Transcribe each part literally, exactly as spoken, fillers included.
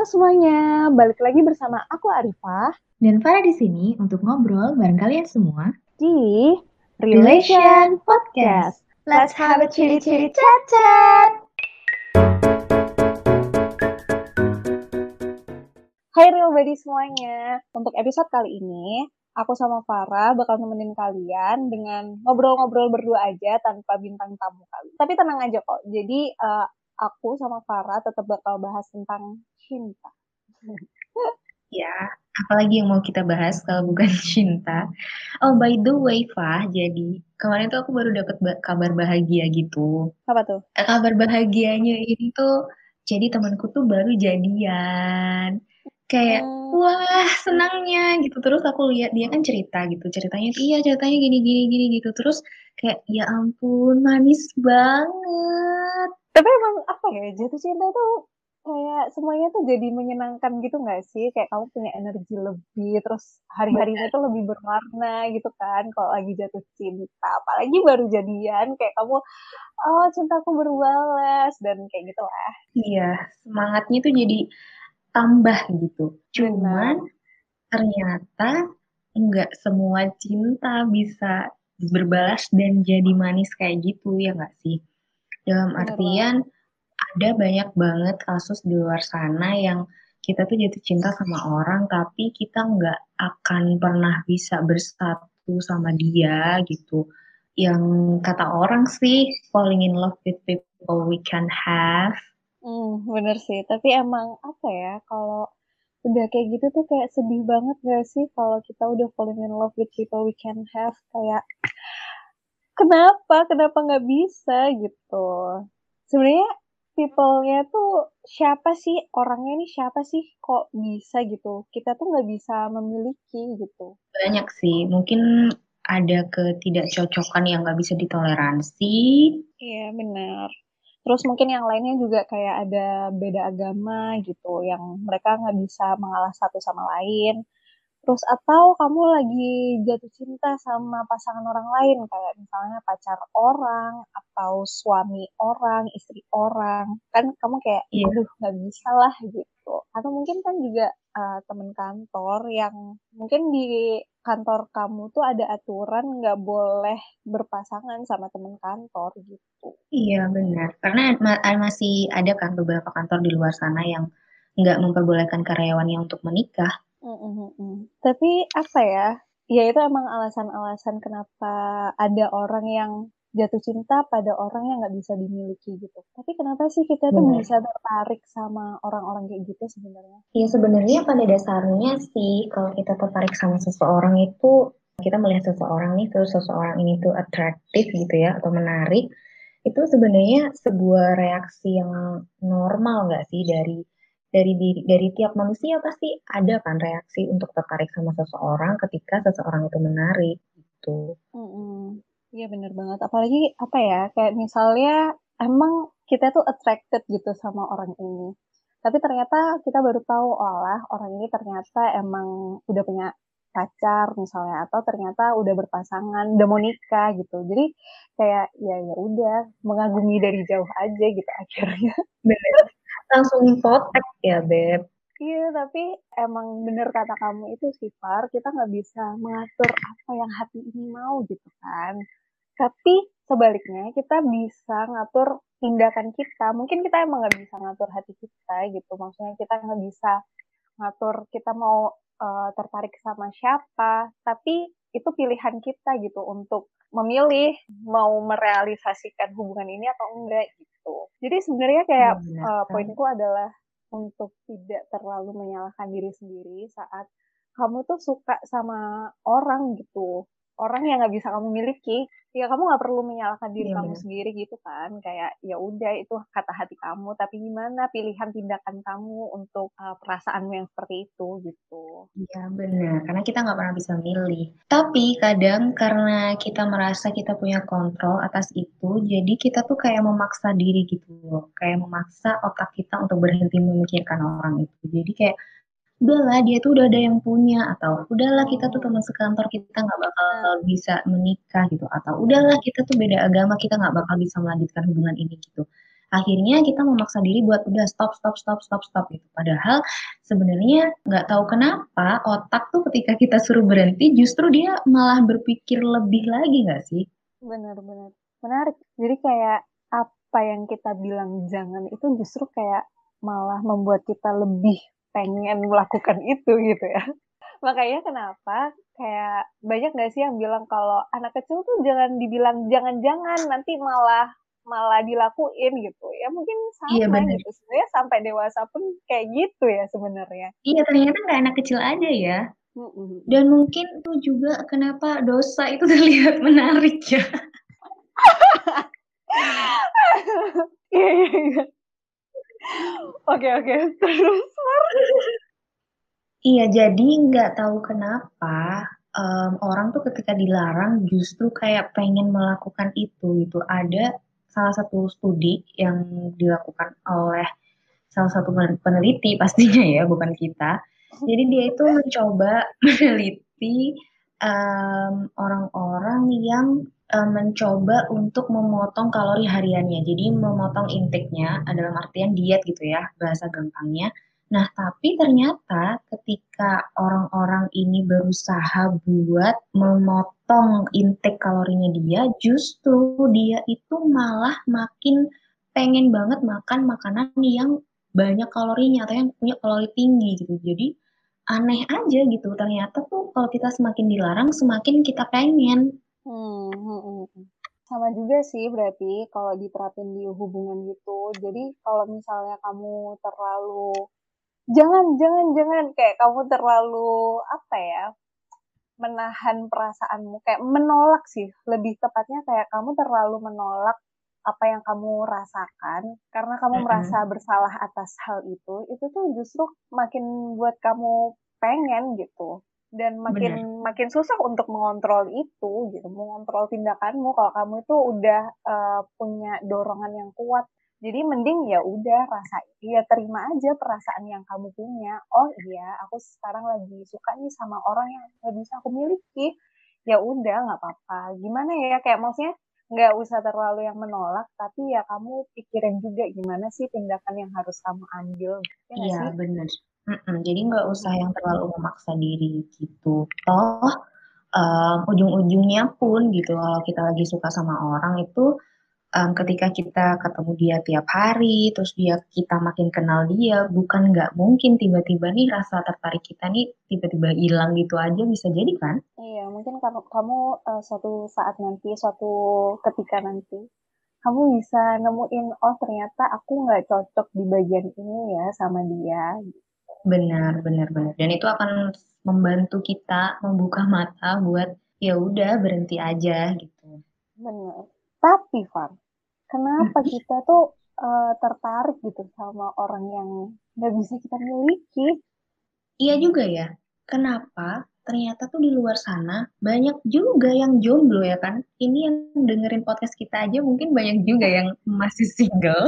Halo semuanya, balik lagi bersama aku Arifah dan Farah di sini untuk ngobrol bareng kalian semua. di Relation Relation Podcast. Podcast. Let's Let's have have a a chili-chili chili-chili chat-chat. chat-chat. Hai Real Buddy semuanya, untuk episode kali ini aku sama Farah bakal nemenin kalian dengan ngobrol-ngobrol berdua aja tanpa bintang tamu kali. Tapi tenang aja kok, jadi uh, aku sama Farah tetap bakal bahas tentang cinta. Ya, apalagi yang mau kita bahas kalau bukan cinta. Oh, by the way, Fah, jadi kemarin tuh aku baru dapet ba- kabar bahagia gitu. Apa tuh? Eh, Kabar bahagianya ini tuh, jadi temanku tuh baru jadian. Kayak, Hmm, wah senangnya gitu. Terus aku lihat dia kan cerita gitu. Ceritanya tuh, iya ceritanya gini, gini, gini gitu. Terus kayak, ya ampun, manis banget. Tapi emang apa ya, jatuh cinta tuh kayak semuanya tuh jadi menyenangkan gitu nggak sih? Kayak kamu punya energi lebih, terus hari-harinya tuh lebih berwarna gitu kan kalau lagi jatuh cinta. Apalagi baru jadian, kayak kamu, oh cintaku berbalas, dan kayak gitu lah. Iya, semangatnya tuh jadi tambah gitu. Cuman Benar, ternyata nggak semua cinta bisa berbalas dan jadi manis kayak gitu ya nggak sih? Dalam benar banget. artian ada banyak banget kasus di luar sana yang kita tuh jatuh cinta sama orang tapi kita nggak akan pernah bisa bersatu sama dia gitu. Yang kata orang sih falling in love with people we can have. Hmm, bener sih. Tapi emang apa ya, kalau udah kayak gitu tuh kayak sedih banget gak sih kalau kita udah falling in love with people we can have. Kayak kenapa kenapa nggak bisa gitu. Sebenarnya people-nya tuh siapa sih, orangnya ini siapa sih kok bisa gitu, kita tuh nggak bisa memiliki gitu. Banyak sih, mungkin ada ketidakcocokan yang nggak bisa ditoleransi. Iya benar. Terus mungkin yang lainnya juga kayak ada beda agama gitu yang mereka nggak bisa mengalah satu sama lain. Terus atau kamu lagi jatuh cinta sama pasangan orang lain, kayak misalnya pacar orang, atau suami orang, istri orang. Kan kamu kayak, Iya, aduh nggak bisa lah gitu. Atau mungkin kan juga uh, temen kantor yang mungkin di kantor kamu tuh ada aturan nggak boleh berpasangan sama temen kantor gitu. iya benar. Karena ma- ah, masih ada kan beberapa kantor di luar sana yang nggak memperbolehkan karyawannya untuk menikah. Mm, mm, mm, mm. Tapi apa ya? Ya itu emang alasan-alasan kenapa ada orang yang jatuh cinta pada orang yang nggak bisa dimiliki gitu. Tapi kenapa sih kita tuh Benar. bisa tertarik sama orang-orang kayak gitu sebenarnya? Ya sebenarnya pada dasarnya sih kalau kita tertarik sama seseorang itu kita melihat seseorang nih terus seseorang ini tuh atraktif gitu ya atau menarik itu sebenarnya sebuah reaksi yang normal nggak sih dari dari diri dari tiap manusia pasti ada kan reaksi untuk tertarik sama seseorang ketika seseorang itu menarik gitu. Mm-mm. Iya bener banget. Apalagi apa ya? Kayak misalnya emang kita tuh attracted gitu sama orang ini. Tapi ternyata kita baru tahu, oh lah orang ini ternyata emang udah punya pacar misalnya, atau ternyata udah berpasangan, udah mau nikah gitu. Jadi kayak ya ya udah mengagumi dari jauh aja gitu akhirnya. Bener. Langsung potek ya Beb. Iya, tapi emang bener kata kamu itu sih, Far. Kita nggak bisa mengatur apa yang hati ini mau gitu kan. Tapi sebaliknya kita bisa ngatur tindakan kita. Mungkin kita emang nggak bisa ngatur hati kita gitu. Maksudnya kita nggak bisa ngatur kita mau uh, tertarik sama siapa. Tapi itu pilihan kita gitu untuk memilih mau merealisasikan hubungan ini atau enggak gitu. Jadi sebenarnya kayak Iya benar uh, kan. poinku adalah untuk tidak terlalu menyalahkan diri sendiri saat kamu tuh suka sama orang gitu, orang yang nggak bisa kamu miliki, ya kamu nggak perlu menyalahkan diri Iya kamu benar. sendiri gitu kan, kayak ya udah itu kata hati kamu, tapi gimana pilihan tindakan kamu untuk uh, perasaanmu yang seperti itu gitu. Iya benar, karena kita nggak pernah bisa milih. Tapi kadang karena kita merasa kita punya kontrol atas itu, jadi kita tuh kayak memaksa diri gitu loh. Kayak memaksa otak kita untuk berhenti memikirkan orang itu. Jadi kayak, udahlah dia tuh udah ada yang punya. Atau udahlah kita tuh teman Hmm. sekantor, kita nggak bakal Nah, bisa menikah gitu. Atau udahlah kita tuh beda agama, kita nggak bakal bisa melanjutkan hubungan ini gitu. Akhirnya kita memaksa diri buat udah stop, stop, stop, stop, stop gitu. Padahal sebenarnya nggak tahu kenapa otak tuh ketika kita suruh berhenti justru dia malah berpikir lebih lagi nggak sih? Benar-benar menarik. Jadi kayak apa yang kita bilang jangan itu justru kayak malah membuat kita lebih pengen melakukan itu gitu ya. Makanya kenapa kayak banyak nggak sih yang bilang kalau anak kecil tuh jangan dibilang jangan-jangan nanti malah malah dilakuin gitu ya, mungkin Iya sama bener. gitu sebenarnya sampai dewasa pun kayak gitu ya sebenarnya. Iya ternyata nggak anak kecil aja ya. Mm-mm. Dan mungkin itu juga kenapa dosa itu terlihat menarik ya. Iya, iya, iya. Oke, oke, terus. Iya, jadi nggak tahu kenapa em, orang tuh ketika dilarang justru kayak pengen melakukan itu gitu. Ada salah satu studi yang dilakukan oleh salah satu pen- peneliti pastinya ya, bukan kita. Jadi dia itu mencoba meneliti em, orang-orang yang em, mencoba untuk memotong kalori hariannya. Jadi memotong intake-nya, dalam artian diet gitu ya, bahasa gampangnya. Nah, tapi ternyata ketika orang-orang ini berusaha buat memotong intake kalorinya dia, justru dia itu malah makin pengen banget makan makanan yang banyak kalorinya atau yang punya kalori tinggi gitu. Jadi aneh aja gitu. Ternyata tuh kalau kita semakin dilarang, semakin kita pengen. Hmm, hmm, hmm, hmm. Sama juga sih berarti kalau diterapin di hubungan gitu. Jadi kalau misalnya kamu terlalu jangan, jangan, jangan kayak kamu terlalu apa ya? Menahan perasaanmu, kayak menolak sih. Lebih tepatnya kayak kamu terlalu menolak apa yang kamu rasakan karena kamu merasa Mm-mm. bersalah atas hal itu. Itu tuh justru makin buat kamu pengen gitu. Dan Bener. makin makin susah untuk mengontrol itu gitu, mengontrol tindakanmu kalau kamu itu udah uh, punya dorongan yang kuat. Jadi mending ya udah rasa ya terima aja perasaan yang kamu punya. Oh iya, aku sekarang lagi suka nih sama orang yang gak bisa aku miliki. Ya udah nggak apa-apa. Gimana ya kayak maksudnya nggak usah terlalu yang menolak, tapi ya kamu pikirin juga gimana sih tindakan yang harus kamu ambil. Ya nggak Iya, sih? bener. Mm-mm. Jadi nggak usah yang terlalu memaksa diri gitu. Toh, em, ujung-ujungnya pun gitu, kalau kita lagi suka sama orang itu, em, ketika kita ketemu dia tiap hari, terus dia kita makin kenal dia, bukan nggak mungkin tiba-tiba nih rasa tertarik kita nih tiba-tiba hilang gitu aja bisa jadi kan? Iya, mungkin kamu, kamu uh, suatu saat nanti, suatu ketika nanti, kamu bisa nemuin, oh ternyata aku nggak cocok di bagian ini ya sama dia. Benar, benar, benar. Dan itu akan membantu kita membuka mata buat ya udah berhenti aja gitu. Bener. Tapi, Far, kenapa kita tuh uh, tertarik gitu sama orang yang nggak bisa kita miliki? Iya juga ya. Kenapa? Ternyata tuh di luar sana banyak juga yang jomblo ya kan. Ini yang dengerin podcast kita aja mungkin banyak juga yang masih single.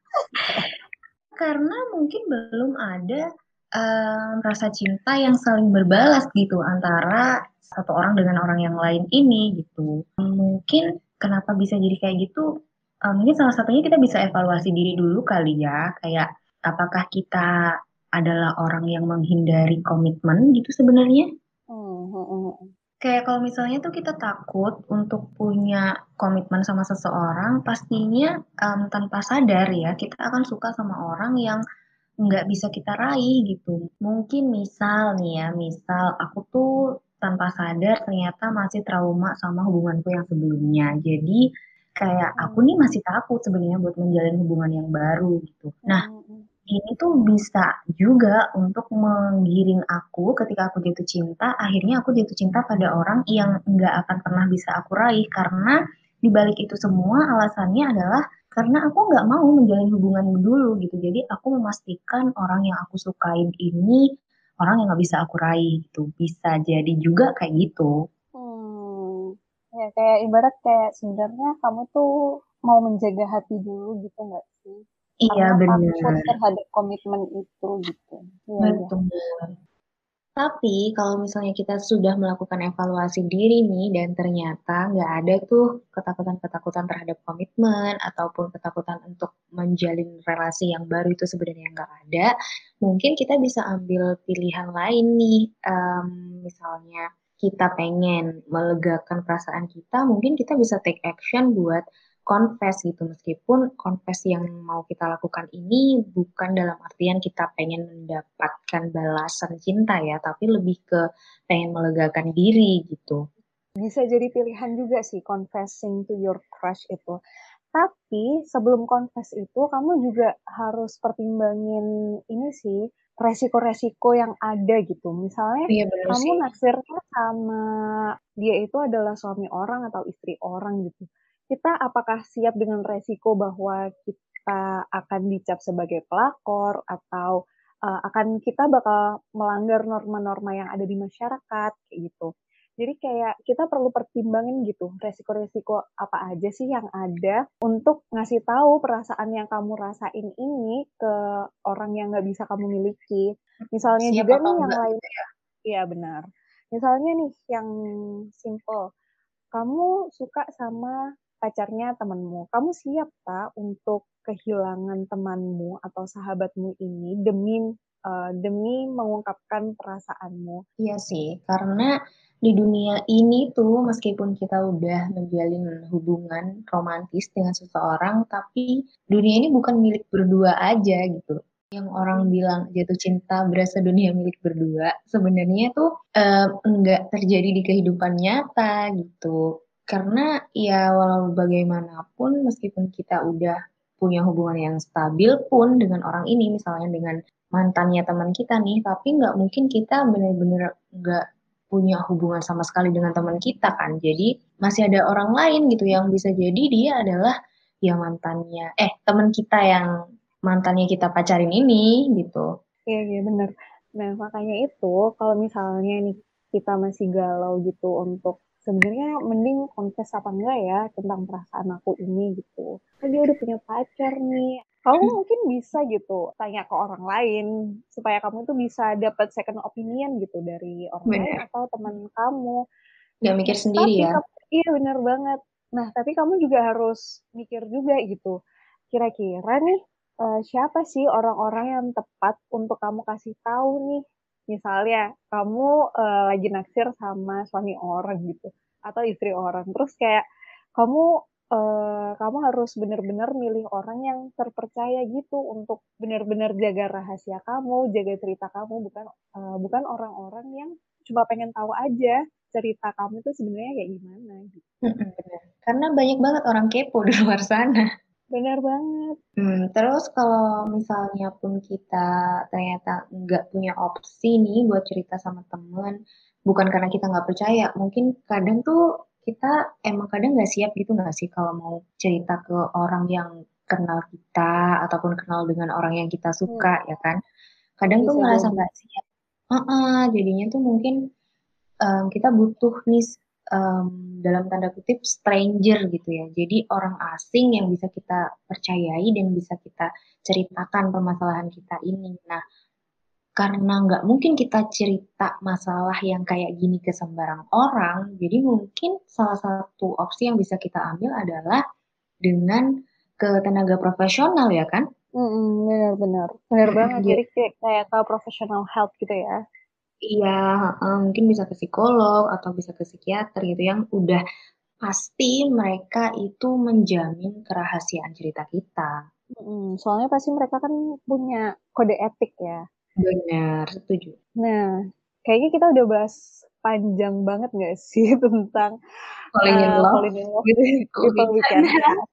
Karena mungkin belum ada em, rasa cinta yang saling berbalas gitu antara satu orang dengan orang yang lain ini gitu. Mungkin kenapa bisa jadi kayak gitu? Eh, mungkin salah satunya kita bisa evaluasi diri dulu kali ya. Kayak apakah kita adalah orang yang menghindari komitmen gitu sebenarnya? Hmm, hmm, hmm, hmm. Kayak kalau misalnya tuh kita takut untuk punya komitmen sama seseorang, pastinya em, tanpa sadar ya kita akan suka sama orang yang nggak bisa kita raih gitu. Mungkin misal nih ya, misal aku tuh tanpa sadar ternyata masih trauma sama hubunganku yang sebelumnya. Jadi kayak aku nih Hmm, masih takut sebenarnya buat menjalin hubungan yang baru gitu. Nah, hmm, hmm. ini tuh bisa juga untuk menggiring aku ketika aku jatuh cinta, akhirnya aku jatuh cinta pada orang yang nggak akan pernah bisa aku raih karena di balik itu semua alasannya adalah karena aku nggak mau menjalin hubungan dulu gitu. Jadi aku memastikan orang yang aku sukain ini orang yang nggak bisa aku raih gitu. Bisa jadi juga kayak gitu. Hmm. Ya kayak ibarat kayak sebenarnya kamu tuh mau menjaga hati dulu gitu nggak sih? Iya Karena takut bener, terhadap komitmen itu gitu. Iya, iya. betul. Tapi kalau misalnya kita sudah melakukan evaluasi diri nih dan ternyata nggak ada tuh ketakutan-ketakutan terhadap komitmen ataupun ketakutan untuk menjalin relasi yang baru itu sebenarnya nggak ada, mungkin kita bisa ambil pilihan lain nih. Em, misalnya kita pengen melegakan perasaan kita, mungkin kita bisa take action buat confess gitu. Meskipun confess yang mau kita lakukan ini bukan dalam artian kita pengen mendapatkan balasan cinta ya, tapi lebih ke pengen melegakan diri gitu. Bisa jadi pilihan juga sih confessing to your crush itu. Tapi sebelum confess itu kamu juga harus pertimbangin ini sih, resiko-resiko yang ada gitu. Misalnya Iya bener kamu sih. naksirnya sama dia itu adalah suami orang atau istri orang gitu. Kita apakah siap dengan resiko bahwa kita akan dicap sebagai pelakor atau uh, akan kita bakal melanggar norma-norma yang ada di masyarakat kayak gitu. Jadi kayak kita perlu pertimbangin gitu, resiko-resiko apa aja sih yang ada untuk ngasih tahu perasaan yang kamu rasain ini ke orang yang nggak bisa kamu miliki. Misalnya Siap juga apa nih yang enggak lain, gitu ya. iya benar. Misalnya nih yang simple, kamu suka sama pacarnya temanmu, kamu siap tak untuk kehilangan temanmu atau sahabatmu ini demi uh, demi mengungkapkan perasaanmu. Iya sih, karena di dunia ini tuh meskipun kita udah menjalin hubungan romantis dengan seseorang, tapi dunia ini bukan milik berdua aja gitu. Yang orang bilang jatuh cinta berasa dunia milik berdua, sebenarnya tuh eh, enggak terjadi di kehidupan nyata gitu. Karena ya walau bagaimanapun meskipun kita udah punya hubungan yang stabil pun dengan orang ini, misalnya dengan mantannya teman kita nih, tapi nggak mungkin kita bener-bener nggak punya hubungan sama sekali dengan teman kita kan. Jadi masih ada orang lain gitu yang bisa jadi dia adalah ya mantannya, eh teman kita yang mantannya kita pacarin ini gitu. Iya, iya bener. Nah, makanya itu kalau misalnya nih kita masih galau gitu untuk sebenarnya mending confess apa enggak ya tentang perasaan aku ini gitu. Kan dia udah punya pacar nih. Kamu mungkin bisa gitu tanya ke orang lain supaya kamu tuh bisa dapat second opinion gitu dari orang lain Bener. atau teman kamu. Nggak mikir Nah, sendiri tapi ya. kamu, iya benar banget. Nah, tapi kamu juga harus mikir juga gitu. Kira-kira nih, eh, siapa sih orang-orang yang tepat untuk kamu kasih tahu nih? Misalnya, kamu eh, lagi naksir sama suami orang gitu, atau istri orang. Terus kayak kamu eh, kamu harus benar-benar milih orang yang terpercaya gitu untuk benar-benar jaga rahasia kamu, jaga cerita kamu, bukan eh, bukan orang-orang yang cuma pengen tahu aja cerita kamu itu sebenarnya kayak gimana gitu. Mm-mm, bener. Karena banyak banget orang kepo di luar sana. Benar banget. Hmm, terus kalau misalnya pun kita ternyata nggak punya opsi nih buat cerita sama temen, bukan karena kita nggak percaya, mungkin kadang tuh kita emang kadang nggak siap gitu nggak sih kalau mau cerita ke orang yang kenal kita ataupun kenal dengan orang yang kita Hmm, suka ya kan. Kadang tuh bisa ngerasa jadi. nggak siap. Heeh, jadinya tuh mungkin em, kita butuh nih em, dalam tanda kutip stranger gitu ya. Jadi orang asing yang bisa kita percayai dan bisa kita ceritakan permasalahan kita ini. Nah, karena nggak mungkin kita cerita masalah yang kayak gini ke sembarang orang, jadi mungkin salah satu opsi yang bisa kita ambil adalah dengan ke tenaga profesional ya kan? Mm-mm, benar-benar. Benar banget. Mm-mm, Jadi jadi kayak, kayak ke professional help gitu ya. iya, heeh, mungkin bisa ke psikolog atau bisa ke psikiater gitu yang udah pasti mereka itu menjamin kerahasiaan cerita kita. Mm-mm, soalnya pasti mereka kan punya kode etik ya. Benar, setuju. Nah, kayaknya kita udah bahas panjang banget nggak sih tentang Falling in uh, love falling in love with with people we people we can. can trust.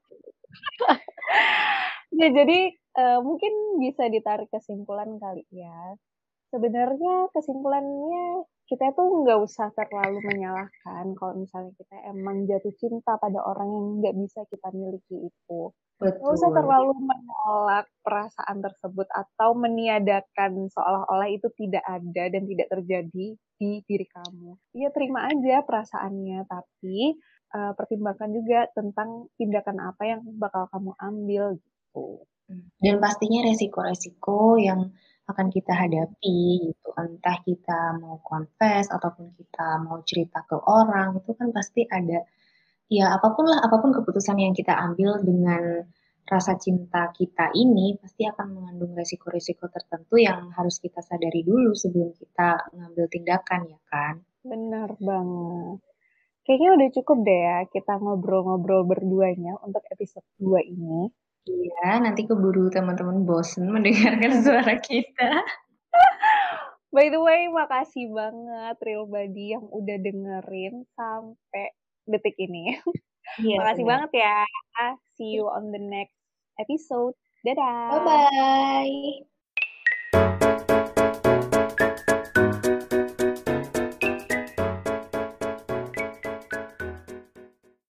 Ya, jadi uh, mungkin bisa ditarik kesimpulan kali ya. Sebenarnya kesimpulannya kita tuh nggak usah terlalu menyalahkan kalau misalnya kita emang jatuh cinta pada orang yang nggak bisa kita miliki itu. Nggak usah Betul. terlalu menolak perasaan tersebut atau meniadakan seolah-olah itu tidak ada dan tidak terjadi di diri kamu. Ya terima aja perasaannya, tapi uh, pertimbangkan juga tentang tindakan apa yang bakal kamu ambil gitu. Dan pastinya resiko-resiko yang akan kita hadapi gitu. Entah kita mau confess ataupun kita mau cerita ke orang, itu kan pasti ada, ya apapun lah, apapun keputusan yang kita ambil dengan rasa cinta kita ini pasti akan mengandung resiko-resiko tertentu yang harus kita sadari dulu sebelum kita mengambil tindakan, ya kan? Benar banget. Kayaknya udah cukup deh ya kita ngobrol-ngobrol berduanya untuk episode dua ini. Iya, nanti keburu teman-teman bosen mendengarkan suara kita. By the way, makasih banget Real Body yang udah dengerin sampai detik ini. Iya, Makasih benar. banget ya. See you on the next episode. Dadah. Bye-bye.